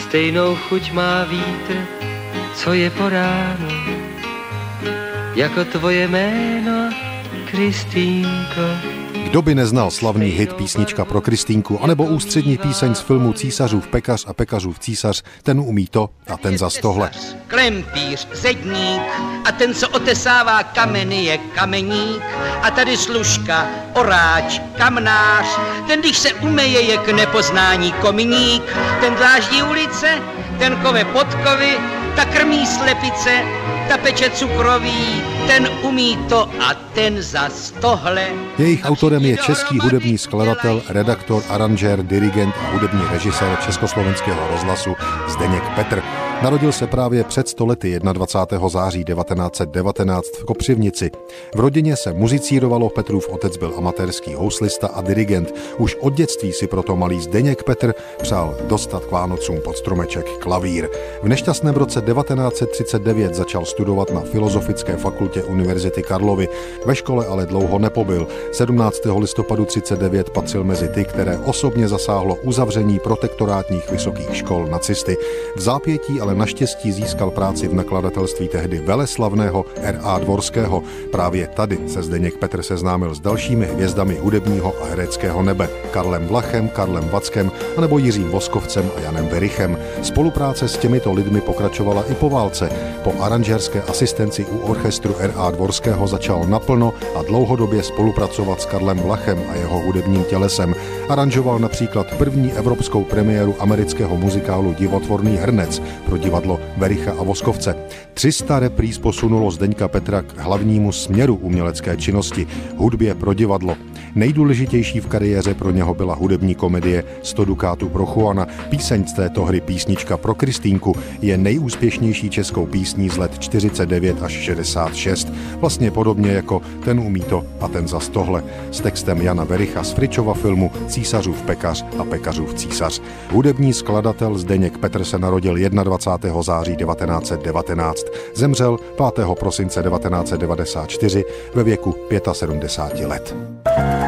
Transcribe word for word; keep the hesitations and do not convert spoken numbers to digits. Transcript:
Stejnou chuť má vítr, co je po ránu, jako tvoje jméno, Kristýnko. Kdo by neznal slavný hit Písnička pro Kristýnku, anebo ústřední píseň z filmu Císařův pekař a pekařův císař, ten umí to a ten zas tohle. Klempíř, zedník a ten, co otesává kameny, je kameník. A tady služka, oráč, kamnář, ten, když se umeje, je k nepoznání kominík. Ten dláždí ulice, ten kove podkovy, ta krmí slepice, ta peče cukroví, ten umí to a ten zas tohle. Jejich autorem je český hudební skladatel, redaktor, aranžér, dirigent a hudební režisér Československého rozhlasu Zdeněk Petr. Narodil se právě před sto lety dvacátého prvního září devatenáct set devatenáct v Kopřivnici. V rodině se muzicírovalo, Petrův otec byl amatérský houslista a dirigent. Už od dětství si proto malý Zdeněk Petr přál dostat k Vánocům pod stromeček klavír. V nešťastném roce devatenáct set třicet devět začal studovat na Filozofické fakultě Univerzity Karlovy. Ve škole ale dlouho nepobyl. sedmnáctého listopadu třicet devět patřil mezi ty, které osobně zasáhlo uzavření protektorátních vysokých škol nacisty. V zápětí ale naštěstí získal práci v nakladatelství tehdy veleslavného R A Dvorského. Právě tady se Zdeněk Petr seznámil s dalšími hvězdami hudebního a hereckého nebe. Karlem Vlachem, Karlem Vackem anebo Jiřím Voskovcem a Janem Werichem. Spolupráce s těmito lidmi pokračovala i po válce. Po aranžérské asistenci u orchestru R A Dvorského začal naplno a dlouhodobě spolupracovat s Karlem Vlachem a jeho hudebním tělesem. Aranžoval například první evropskou premiéru amerického muzikálu Divotvorný hrnec pro divadlo Wericha a Voskovce. tři sta repríz posunulo Zdeňka Petra k hlavnímu směru umělecké činnosti, hudbě pro divadlo. Nejdůležitější v kariéře pro něho byla hudební komedie sto dukátů pro Juana. Píseň z této hry Písnička pro Kristýnku je nejúspěšnější českou písní z let čtyřicet devět až šedesát šest. Vlastně podobně jako Ten umí to a ten zas tohle s textem Jana Wericha z Fričova filmu Císařův pekař a pekařův císař. Hudební skladatel Zdeněk Petr se narodil dvacátého prvního září devatenáct set devatenáct. Zemřel pátého prosince devatenáct set devadesát čtyři ve věku sedmdesáti pěti let.